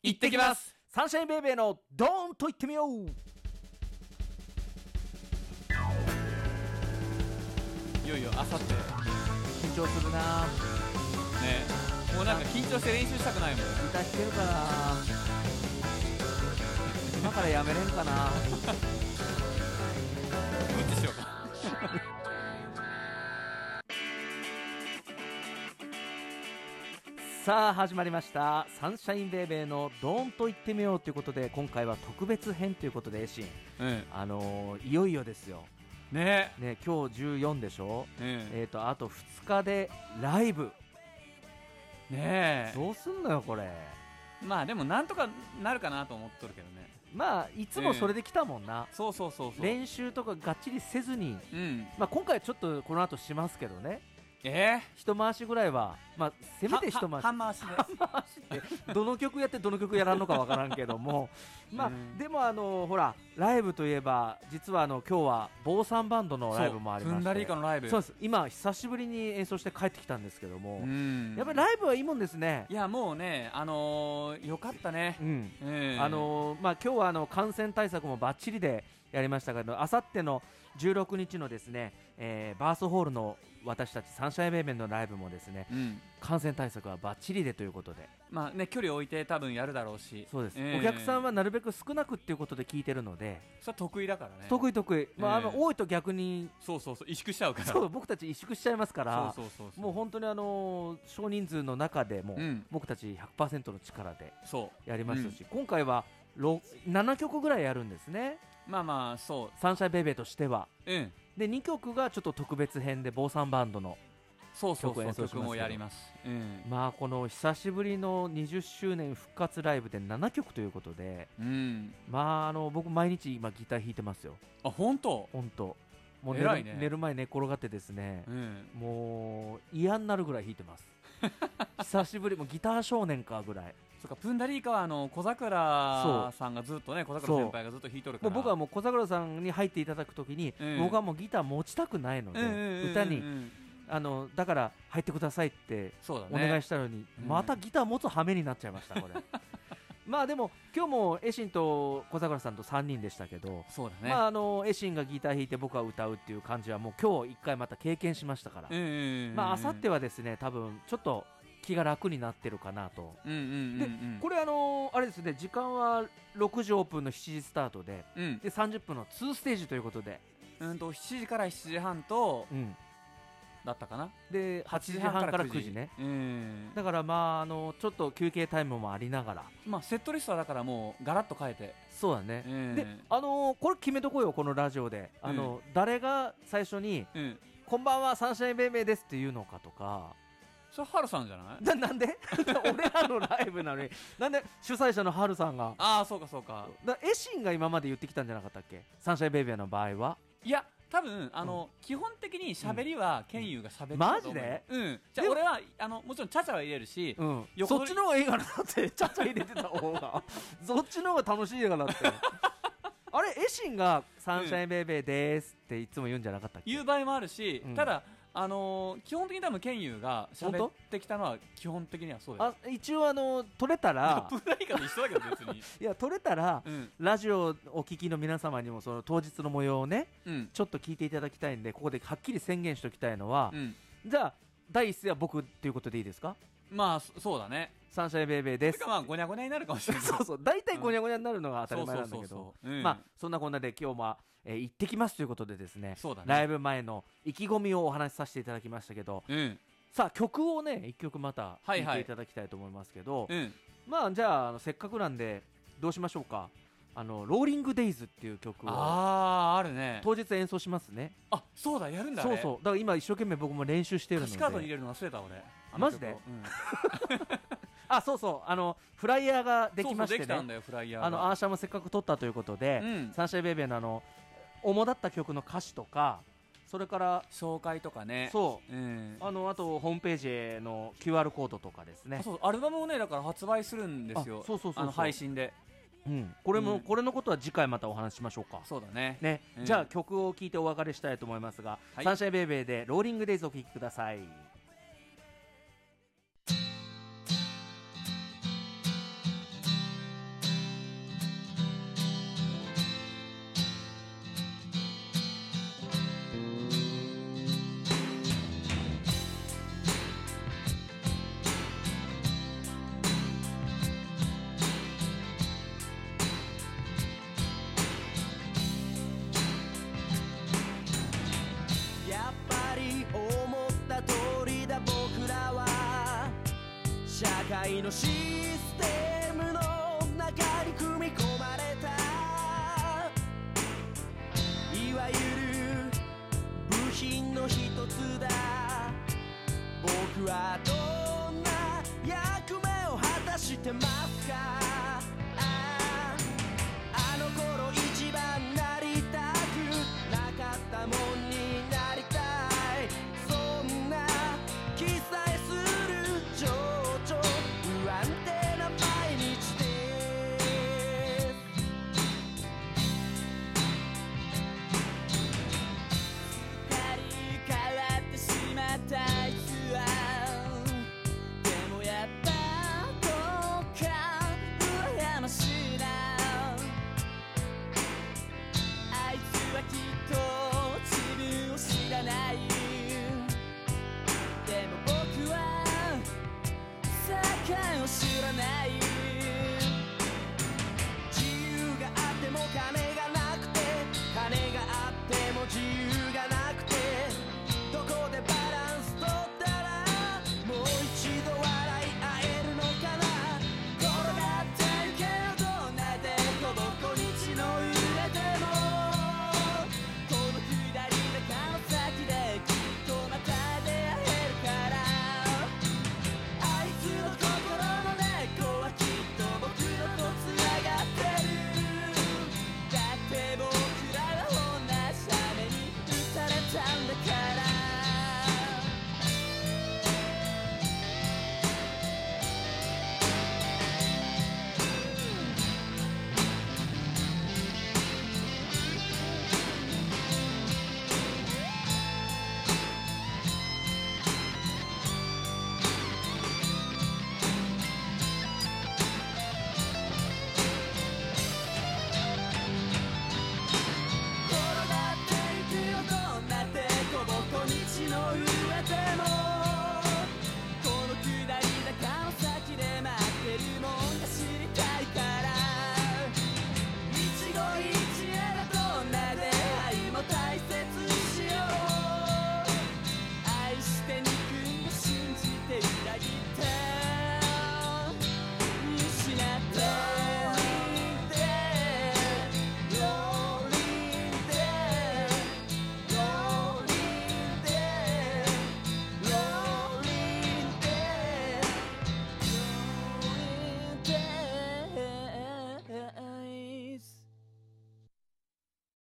行ってきます。 サンシャインベイベーのドーンと言ってみよう。 いよいよあさって緊張するなね。もうなんか緊張して練習したくないもん。 ギター弾けるかな。今からやめれんかな。 無知しようかさあ始まりましたサンシャインベイベーのドーンと言ってみようということで、今回は特別編ということで、エシン、いよいよですよね。 ね、今日14でしょ、あと2日でライブねえ。 どうすんのよこれ。 まあでもなんとかなるかなと思っとるけどね。 まあいつもそれで来たもんな、 そうそうそうそう。 練習とかがっちりせずに、 うんまあ、今回ちょっとこの後しますけどね、一回しぐらいは、まあ、せめて一回し半回しでどの曲やってどの曲やらんのかわからんけどもまあ、でもほらライブといえば実は今日は坊さんバンドのライブもありまして、 フンダリーカのライブ、 そうです。今久しぶりに演奏して帰ってきたんですけども、やっぱりラライブはいいもんですね。 いやもうね、よかったね。 まあ、今日は感染対策もバッチリでやりましたけど、あさっての16日のですね、バースホールの私たちサンシャインベイベーのライブもですね、感染対策はバッチリでということで、 まあね、距離を置いて多分やるだろうし、 そうです、お客さんはなるべく少なくっていうことで聞いてるので、 それは得意だからね。 得意、まあ多いと逆にそう萎縮しちゃうから、 そう僕たち萎縮しちゃいますから、 そうもう本当に少人数の中でも、僕たち 100% の力でやりましたし、今回は7曲ぐらいやるんですね。 まあまあそう、 サンシャインベイベーとしては、 で 2曲がちょっと特別編で坊さんバンドの曲演奏しますけど、曲もやります。 まあこの久しぶりの20周年復活ライブで7曲ということで、まあ僕毎日今ギター弾いてますよ。 あ、本当もう偉いね。 寝る前寝転がってですね、もう嫌になるぐらい弾いてます久しぶり、もうギター少年かぐらい。 そうか、プンダリーカは小桜さんがずっとね、小桜先輩がずっと弾いとるから、 僕はもう小桜さんに入っていただくときに、僕はもうギター持ちたくないので、歌にだから入ってくださいってお願いしたのに、またギター持つ羽目になっちゃいましたこれまあでも今日もエシンと小桜さんと3人でしたけど、 そうだね、 まあエシンがギター弾いて僕は歌うっていう感じはもう今日1回また経験しましたから、まああさってはですね、多分ちょっと気が楽になってるかなと。でこれあれですね、時間は6時オープンの7時スタートで、で30分の2ステージということで、 7時から7時半と、だったかな。 で8時半から9時ね、だからまあちょっと休憩タイムもありながら、 まあセットリストはだからもうガラッと変えて、 そうだね、でこれ決めとこうよ、このラジオで誰が最初に、こんばんはサンシャインベイベーですっていうのかとか。 それハルさんじゃない？ なんで俺らのライブなのになんで主催者のハルさんが。 ああ、そうかエシンが今まで言ってきたんじゃなかったっけ、サンシャインベイベーの場合は。 いや多分基本的に喋りはケンユーが喋ってると思う。 マジで？ じゃあ俺はもちろんチャチャは入れるし、 そっちの方がいいからだって、チャチャ入れてた方がそっちの方が楽しいからだってあれエシンがサンシャインベイベーですっていつも言うんじゃなかったっけ？ 言う場合もあるし、ただ基本的に多分ケンユーが喋ってきたのは基本的にはそうです。 一応取れたらプライカと一緒だけど別にいや取れたら、ラジオをお聞きの皆様にもその当日の模様をね、ちょっと聞いていただきたいんで、ここではっきり宣言しておきたいのは、じゃあ第一声は僕っていうことでいいですか？ まあそうだね、 サンシャインベイベーです。 まあゴニャゴニャになるかもしれないそう大体ゴニャゴニャになるのが当たり前なんだけど、まあそんなこんなで今日も行ってきますということでですね、ライブ前の意気込みをお話しさせていただきましたけど、さあ曲をね1曲また聴いていただきたいと思いますけど、まあじゃあせっかくなんでどうしましょうか。ローリングデイズっていう曲をあるね、 当日演奏しますね。 あ、そうだ、やるんだね。 そうだから今一生懸命僕も練習してるので。 歌詞カードに入れるの忘れた俺。 マジで？あ、そうフライヤーができましてね。 できたんだよ、フライヤーが。 アーシャもせっかく撮ったということで、サンシャインベイベーの主だった曲の歌詞とか、それから紹介とかね、 そう、あとホームページへの QR コードとかですね。 そう、アルバムをねだから発売するんですよ。配信で。 これのことは次回またお話ししましょうか。 そうだね。 じゃあ曲を聴いてお別れしたいと思いますが、サンシャインベイベーでローリングデイズをお聴きください。 愛のし